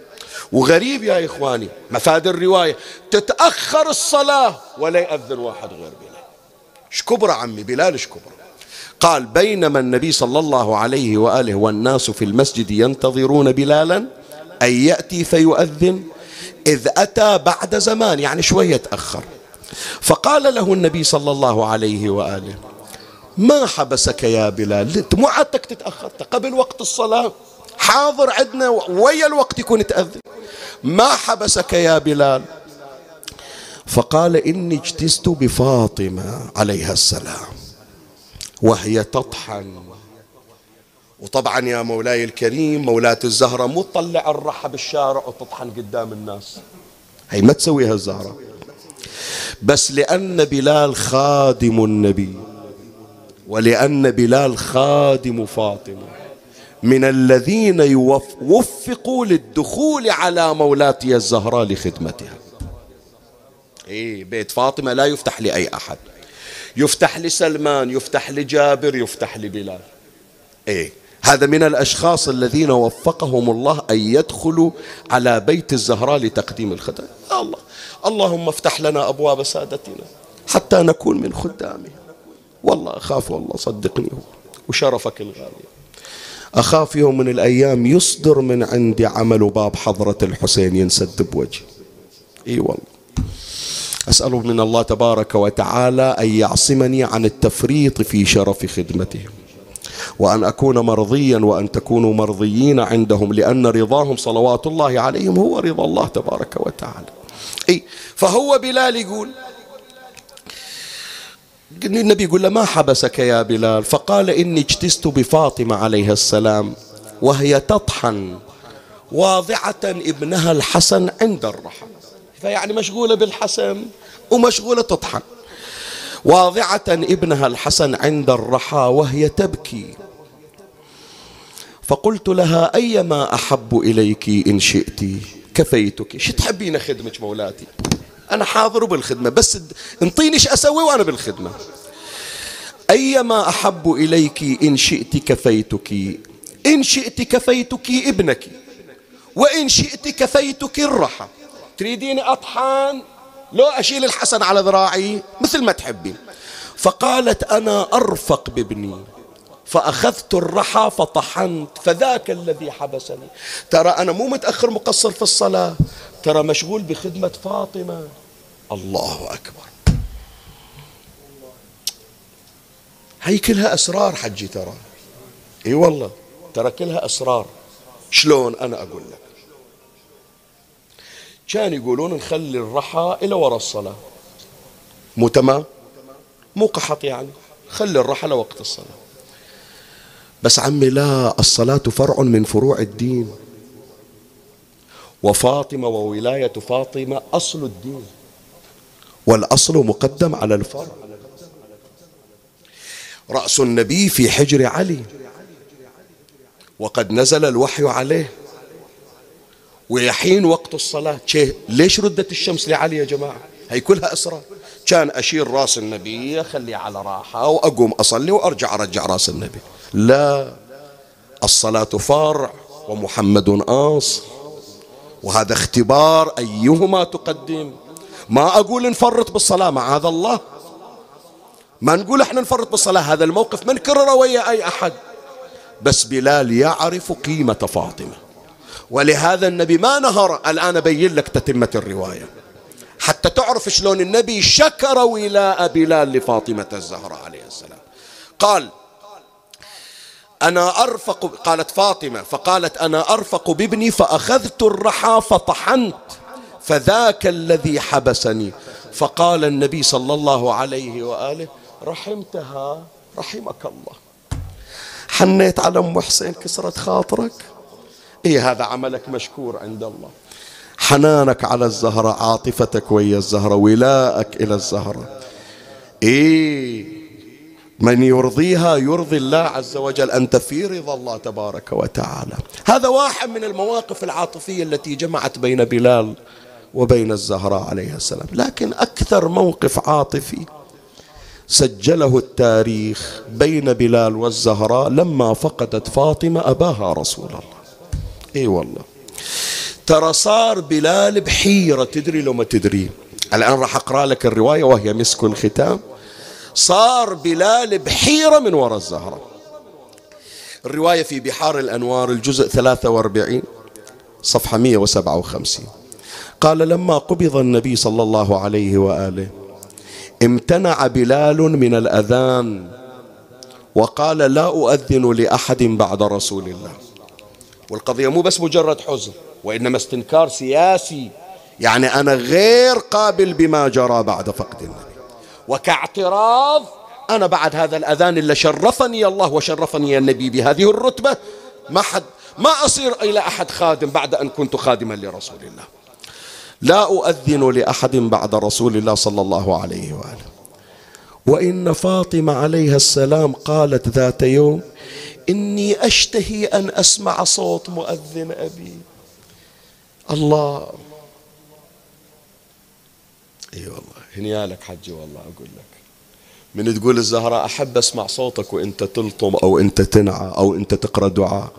وغريب يا إخواني مفاد الرواية تتأخر الصلاة ولا يأذن واحد غير بلال. ايش كبر عمي بلال، ايش كبر. قال بينما النبي صلى الله عليه وآله والناس في المسجد ينتظرون بلالا أن يأتي فيؤذن إذ أتى بعد زمان، يعني شوية تأخر. فقال له النبي صلى الله عليه وآله ما حبسك يا بلال؟ انت مو عادتك تتأخر قبل وقت الصلاة، حاضر عندنا ويا الوقت يكون تأذن، ما حبسك يا بلال؟ فقال إني اجتزت بفاطمة عليها السلام وهي تطحن. وطبعا يا مولاي الكريم مولاة الزهرة مو تطلع الرحى بالشارع وتطحن قدام الناس، هي ما تسويها الزهرة، بس لأن بلال خادم النبي ولأن بلال خادم فاطمة من الذين وفقوا للدخول على مولاتي الزهراء لخدمتها. بيت فاطمة لا يفتح لأي أحد، يفتح لسلمان، يفتح لجابر، يفتح لبلال. هذا من الأشخاص الذين وفقهم الله أن يدخلوا على بيت الزهراء لتقديم الخدمة. الله اللهم افتح لنا أبواب سادتنا حتى نكون من خدامه. والله أخاف، والله صدقني وشرفك الغالي، أخاف يوم من الأيام يصدر من عندي عمل باب حضرة الحسين ينسد بوجهي. والله أسأل من الله تبارك وتعالى أن يعصمني عن التفريط في شرف خدمتهم، وأن أكون مرضيا وأن تكونوا مرضيين عندهم، لأن رضاهم صلوات الله عليهم هو رضا الله تبارك وتعالى. فهو بلال يقول، النبي يقول له ما حبسك يا بلال؟ فقال إني اجتزت بفاطمة عليها السلام وهي تطحن واضعة ابنها الحسن عند الرحى، فيعني مشغولة بالحسن ومشغولة تطحن، واضعة ابنها الحسن عند الرحى وهي تبكي. فقلت لها أيما أحب إليك إن شئت كفيتك. شو تحبين خدمك مولاتي؟ أنا حاضر بالخدمة، بس انطيني ايش أسوي وأنا بالخدمة. أيما أحب إليك إن شئت كفيتك، إن شئت كفيتك ابنك، وإن شئت كفيتك الرحى. تريدين أطحن لو أشيل الحسن على ذراعي مثل ما تحبين. فقالت أنا أرفق بابني فأخذت الرحى فطحنت فذاك الذي حبسني. ترى أنا مو متأخر مقصر في الصلاة، ترى مشغول بخدمة فاطمة. الله أكبر. هي كلها أسرار حجي، ترى والله ترى كلها أسرار. شلون؟ أنا أقول لك. كان يقولون نخلي الرحى إلى وراء الصلاة، مو تمام، مو قحط يعني، خلي الرحى لوقت الصلاة. بس عمي لا، الصلاة فرع من فروع الدين، وفاطمة وولاية فاطمة أصل الدين، والأصل مقدم على الفرع. رأس النبي في حجر علي وقد نزل الوحي عليه، ويحين وقت الصلاة. ليش ردت الشمس لعلي يا جماعة؟ هي كلها أسرار. كان أشيل رأس النبي أخليه على راحة وأقوم أصلي وأرجع أرجع رأس النبي. لا، الصلاة فرع ومحمد أصل، وهذا اختبار أيهما تقدم. ما أقول نفرط بالصلاة معاذ الله، ما نقول احنا نفرط بالصلاة، هذا الموقف ما نكرره ويا أي أحد، بس بلال يعرف قيمة فاطمة، ولهذا النبي ما نهر. الآن أبين لك تتمة الرواية حتى تعرف شلون النبي شكر ولاء بلال لفاطمة الزهراء عليه السلام. قال أنا أرفق، قالت فاطمة فقالت أنا أرفق بابني فأخذت الرحى فطحنت فذاك الذي حبسني. فقال النبي صلى الله عليه وآله رحمتها رحمك الله. حنيت على أم حسين كسرت خاطرك. هذا عملك مشكور عند الله. حنانك على الزهرة، عاطفتك ويا الزهرة، ولاءك إلى الزهرة. من يرضيها يرضي الله عز وجل، أنت في رضا الله تبارك وتعالى. هذا واحد من المواقف العاطفية التي جمعت بين بلال وبين الزهراء عليها السلام. لكن أكثر موقف عاطفي سجله التاريخ بين بلال والزهراء لما فقدت فاطمة أباها رسول الله. والله ترى صار بلال بحيرة، تدري لو ما تدري. الآن راح أقرأ لك الرواية وهي مسك الختام. صار بلال بحيرة من وراء الزهرة. الرواية في بحار الأنوار الجزء 43 صفحة 157. قال: لما قبض النبي صلى الله عليه وآله امتنع بلال من الأذان وقال: لا أؤذن لأحد بعد رسول الله. والقضية مو بس مجرد حزن، وإنما استنكار سياسي، يعني أنا غير قابل بما جرى بعد فقد النبي، وكاعتراض أنا بعد هذا الأذان اللي شرفني الله وشرفني النبي بهذه الرتبة ما أصير إلى أحد خادم بعد أن كنت خادما لرسول الله. لا أؤذن لأحد بعد رسول الله صلى الله عليه وآله. وإن فاطمة عليها السلام قالت ذات يوم: إني أشتهي أن أسمع صوت مؤذن أبي. الله، اي والله هنيالك حجي، والله أقول لك من تقول الزهراء أحب أسمع صوتك وإنت تلطم أو أنت تنعى أو أنت تقرأ دعاء،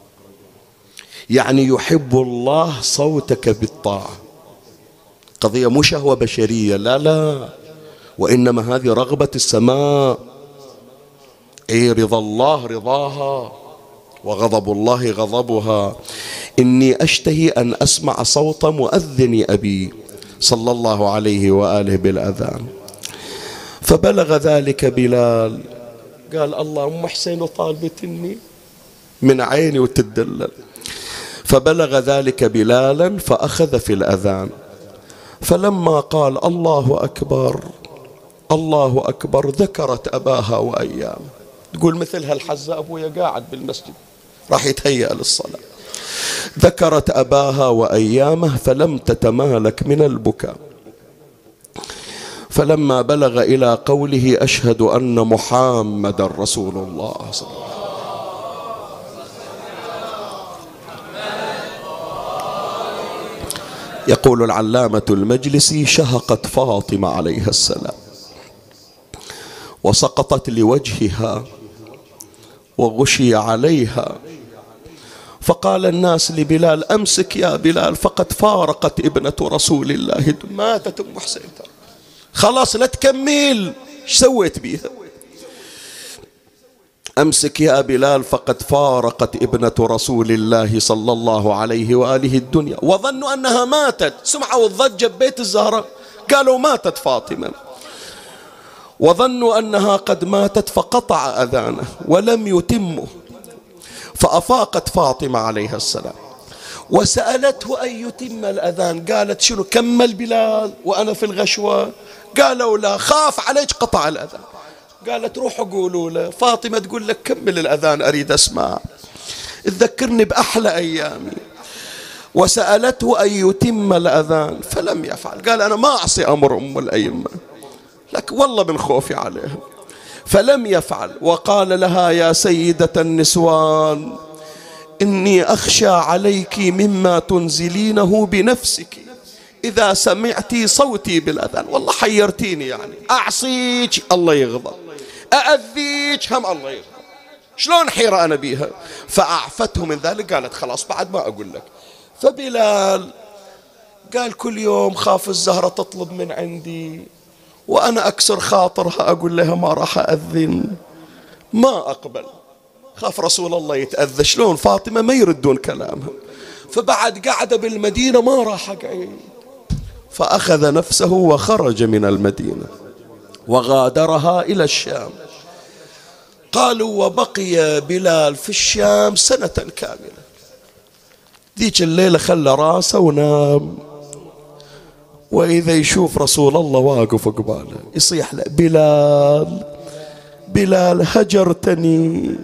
يعني يحب الله صوتك بالطاعة. قضية مو شهوة بشرية، لا لا، وإنما هذه رغبة السماء. أي رضا الله رضاها وغضب الله غضبها. إني أشتهي أن أسمع صوت مؤذن أبي صلى الله عليه وآله بالأذان. فبلغ ذلك بلال، قال: الله أم حسين طالبتني من عيني وتدلل. فبلغ ذلك بلالا فأخذ في الأذان، فلما قال: الله أكبر الله أكبر، ذكرت أباها وأيامه. تقول مثل هالحزة أبويا قاعد بالمسجد راح يتهيأ للصلاة. ذكرت أباها وأيامه فلم تتمالك من البكاء. فلما بلغ إلى قوله: أشهد أن محمد رسول الله صلى الله عليه وسلم، يقول العلامة المجلسي: شهقت فاطمة عليها السلام وسقطت لوجهها وغشي عليها. فقال الناس لبلال: أمسك يا بلال فقد فارقت ابنة رسول الله. ماتت أم حسين، خلاص لا تكمل، ايش سويت بيها؟ أمسك يا بلال فقد فارقت ابنة رسول الله صلى الله عليه وآله الدنيا. وظنوا أنها ماتت، سمعوا الضجة ببيت الزهراء قالوا ماتت فاطمة، وظنوا أنها قد ماتت فقطع أذانه ولم يتمه. فأفاقت فاطمة عليها السلام وسألته أن يتم الأذان. قالت: شنو كمل بلال وأنا في الغشوة؟ قالوا: لا، خاف عليك قطع الأذان. قالت: روحوا قولوا له. فاطمة تقول لك: كمل الأذان أريد أسمع، تذكرني بأحلى أيامي. وسألته أن يتم الأذان فلم يفعل. قال: أنا ما أعصي أمر أم الأئمة، لك والله من خوفي عليها. فلم يفعل. وقال لها: يا سيدة النسوان، إني أخشى عليك مما تنزلينه بنفسك إذا سمعتي صوتي بالأذان. والله حيرتيني، يعني أعصيك الله يغضب، أأذيك هم الله يغضب، شلون حيرة أنا بيها؟ فأعفته من ذلك. قالت: خلاص بعد ما أقول لك. فبلال قال: كل يوم خاف الزهرة تطلب من عندي وأنا أكسر خاطرها أقول لها ما راح أذن، ما أقبل، خاف رسول الله يتأذى، شلون فاطمة ما يردون كلامها. فبعد قعد بالمدينة ما راح أقعد. فأخذ نفسه وخرج من المدينة وغادرها إلى الشام. قالوا: وبقي بلال في الشام سنة كاملة. ذيك الليلة خلى راسه ونام، وإذا يشوف رسول الله واقف قباله يصيح له: بلال بلال هجرتني،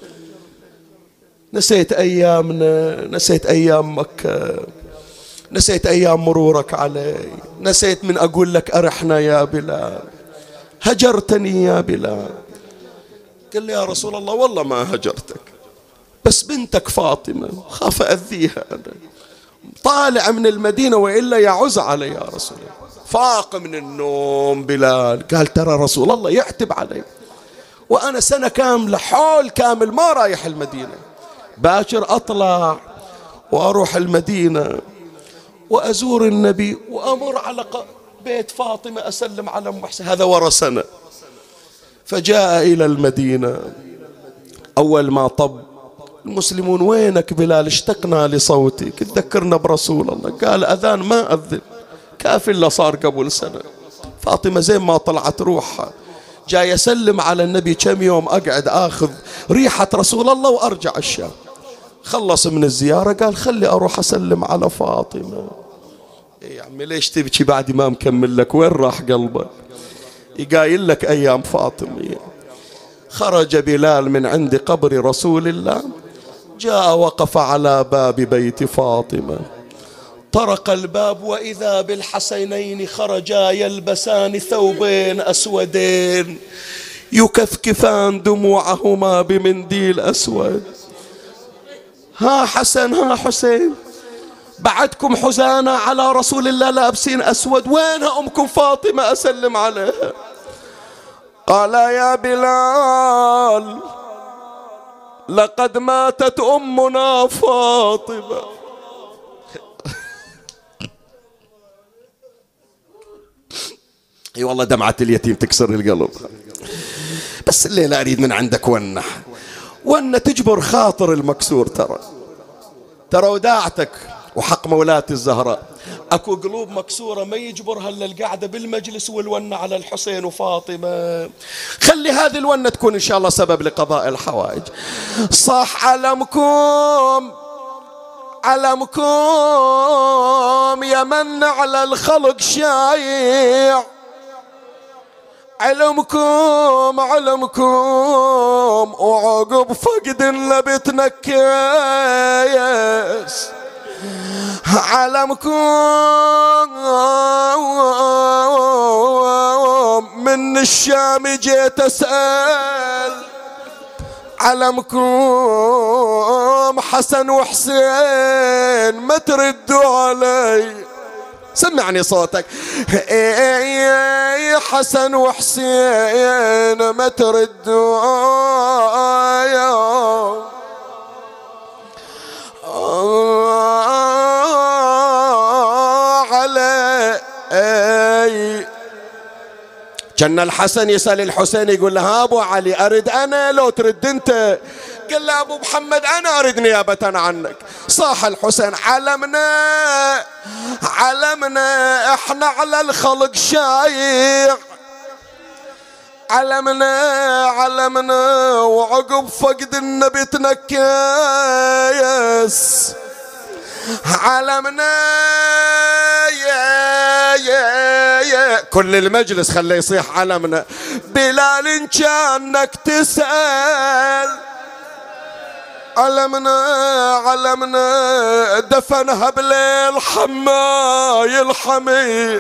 نسيت أيامنا، نسيت أيام مكة، نسيت أيام مرورك علي، نسيت من أقول لك أرحنا يا بلال، هجرتني يا بلال. قال لي: يا رسول الله والله ما هجرتك، بس بنتك فاطمة خاف أذيها، أنا طالع من المدينة وإلا يعز علي يا رسول الله. فاق من النوم بلال، قال: ترى رسول الله يعتب علي وأنا سنة كاملة حول كامل ما رايح المدينة، باكر أطلع وأروح المدينة وأزور النبي وأمر على بيت فاطمة أسلم على أم حسين، هذا ورثنا. فجاء إلى المدينة، أول ما طب المسلمون: وينك بلال؟ اشتقنا لصوتك، تذكرنا برسول الله. قال: أذان ما أذن، كافي اللي صار قبل سنة. فاطمة زين ما طلعت روحها، جاي يسلم على النبي، كم يوم أقعد آخذ ريحة رسول الله وأرجع الشام. خلص من الزيارة قال: خلي أروح أسلم على فاطمة. يا عمي ليش تبكي بعد ما مكمل لك؟ وين راح قلبك؟ يقايل لك أيام فاطمة. خرج بلال من عند قبر رسول الله، جاء وقف على باب بيت فاطمة، طرق الباب وإذا بالحسنين خرجا يلبسان ثوبين أسودين يكفكفان دموعهما بمنديل أسود. ها حسن ها حسين، بعدكم حزانة على رسول الله لابسين أسود، وينها أمكم فاطمة أسلم عليها؟ قال: يا بلال لقد ماتت أمنا فاطمة. اي والله دمعة اليتيم تكسر القلب. بس الليلة أريد من عندك ونة تجبر خاطر المكسور. ترى وداعتك وحق مولاتي الزهراء اكو قلوب مكسورة ما يجبرها الا القعدة بالمجلس والونة على الحسين وفاطمة. خلي هذه الونة تكون ان شاء الله سبب لقضاء الحوائج. صح علمكم يمن على الخلق شايع، علمكم وعقب فقد لبتنا كيس. علمكم من الشام جيت أسأل، علمكم حسن وحسين ما تردوا علي. سمعني صوتك. حسن وحسين ما تردوا علي. كان الحسن يسأل الحسين يقول له: ها أبو علي أرد أنا لو ترد أنت؟ قال له: أبو محمد أنا أرد نيابة عنك. صاح الحسين: علمنا إحنا على الخلق شايع، علمنا وعقب فقد النبي تنكيس. علمنا يا كل المجلس خليه يصيح علمنا. بلال إن كانك تسأل، علمنا دفنها بليل حماي الحمي،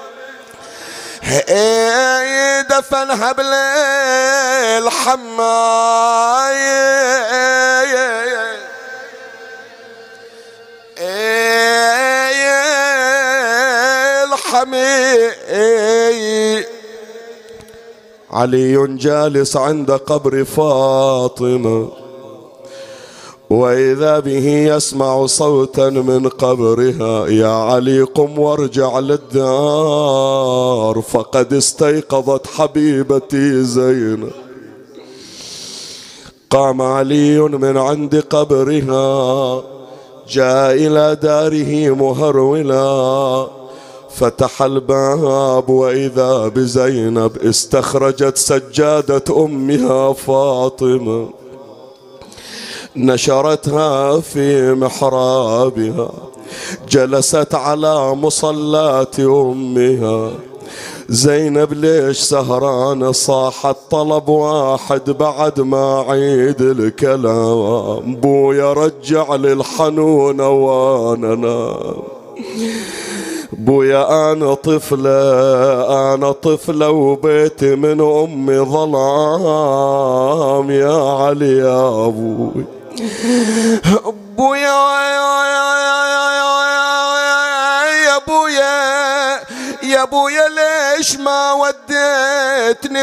دفنها بليل حماي الحمي. علي جالس عند قبر فاطمة، وإذا به يسمع صوتا من قبرها: يا علي قم وارجع للدار فقد استيقظت حبيبتي زينب. قام علي من عند قبرها، جاء إلى داره مهرولا، فتح الباب وإذا بزينب استخرجت سجادة أمها فاطمة، نشرتها في محرابها، جلست على مصلاة أمها. زينب ليش سهرانة؟ صاحت طلب واحد بعد ما عيد الكلام: بويا رجع للحنونة وانا نام. بويا أنا طفلة وبيتي من أمي ظلام. يا علي يا أبوي، يا بويا ليش ما وديتني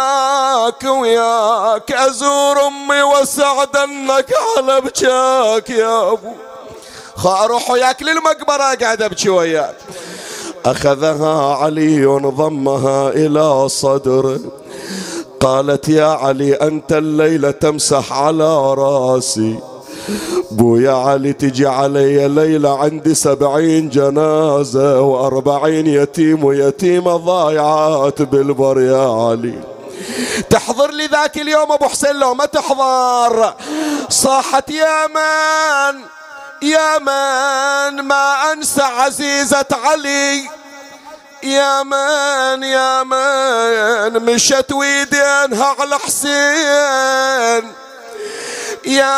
وياك أزور أمي وسعد أنك على بجاك. يا أبو أروح وياك للمقبرة قاعد أبكي وياك. أخذها علي ضمها إلى صدره، قالت يا علي أنت الليلة تمسح على راسي، بويا علي تجي علي ليلة عندي 70 جنازة و40 يتيم ويتيمة ضايعات بالبر يا علي، تحضر لي ذاك اليوم أبو حسين لو ما تحضر. صاحت يا من يا من ما أنسى عزيزة علي، يا من يا من مشت ويدينها على حسين، يا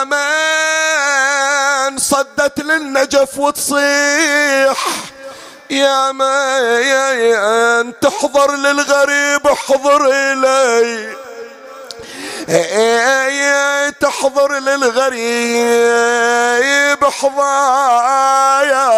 من صدت للنجف وتصيح، يا من تحضر للغريب احضر إلي، تحضر للغريب احضر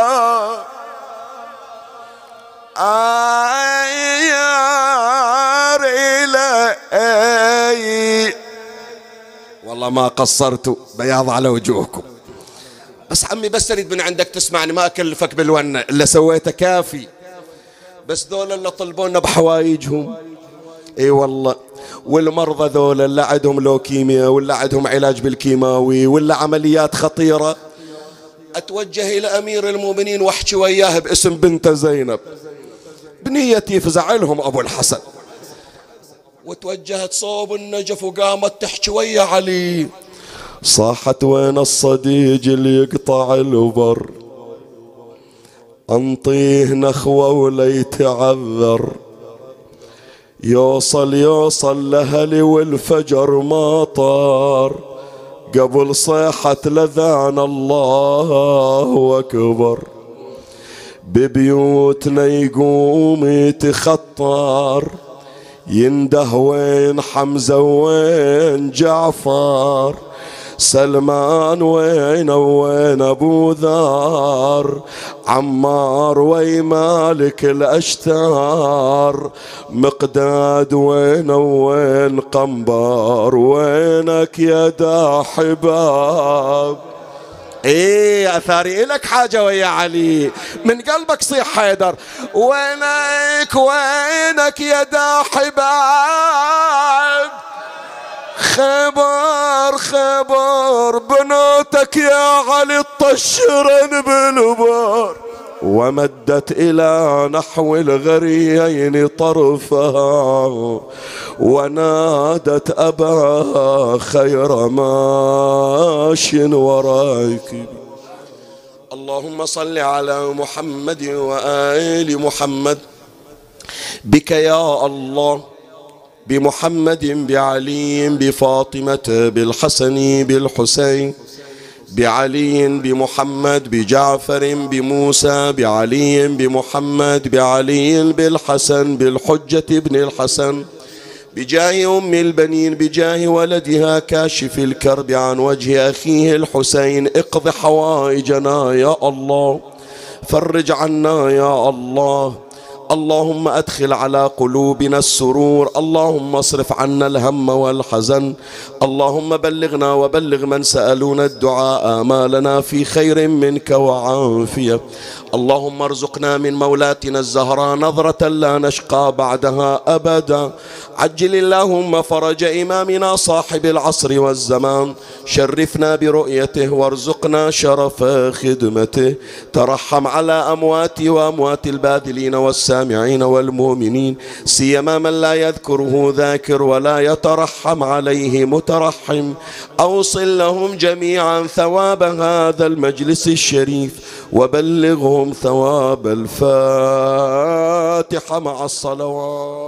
إلي. والله ما قصرتوا، بياض على وجوهكم. بس عمي بس أريد من عندك تسمعني، ما أكلفك بالونة، اللي سويته كافي. بس ذول اللي طلبونا بحوايجهم، اي والله، والمرضى ذول اللي عندهم لوكيميا ولا عندهم علاج بالكيماوي ولا عمليات خطيرة، أتوجه إلى أمير المؤمنين واحكي وياه باسم بنت زينب، بنيتي يفزع لهم أبو الحسن. وتوجهت صوب النجف وقامت تحكي ويا علي، صاحت وين الصديق اللي يقطع البر، انطيه نخوة ولا يتعذر، يوصل لهلي والفجر ما طار، قبل صيحة لذان الله أكبر، ببيوتنا يقوم يتخطر، ينده وين حمزة وين جعفر، سلمان وين أبو ذر، عمار وين مالك الأشتار، مقداد وين قنبار، وينك يا دا حباب. ايه اثاري الك حاجة ويا علي، من قلبك صيح حيدر، وينك يا دا حباب، خبر بنوتك يا علي الطشرن بالبار، ومدت إلى نحو الغريين طرفها، ونادت أبا خير ماش وراكب. اللهم صل على محمد وآل محمد، بك يا الله، بمحمد بعلي بفاطمة بالحسن بالحسين، بعلي بمحمد بجعفر بموسى بعلي بمحمد بعلي بالحسن بالحجة ابن الحسن، بجاه أم البنين بجاه ولدها كاشف الكرب عن وجه أخيه الحسين، اقض حوائجنا يا الله، فرج عنا يا الله، اللهم أدخل على قلوبنا السرور، اللهم اصرف عنا الهم والحزن، اللهم بلغنا وبلغ من سألونا الدعاء آمالنا في خير منك وعافية، اللهم ارزقنا من مولاتنا الزهراء نظرة لا نشقى بعدها أبدا، عجل اللهم فرج إمامنا صاحب العصر والزمان، شرفنا برؤيته وارزقنا شرف خدمته، ترحم على أمواتي وأموات الباذلين والسامعين والمؤمنين، سيما من لا يذكره ذاكر ولا يترحم عليه مترحم، أوصل لهم جميعا ثواب هذا المجلس الشريف، وبلغهم ثواب الفاتحة مع الصلوات.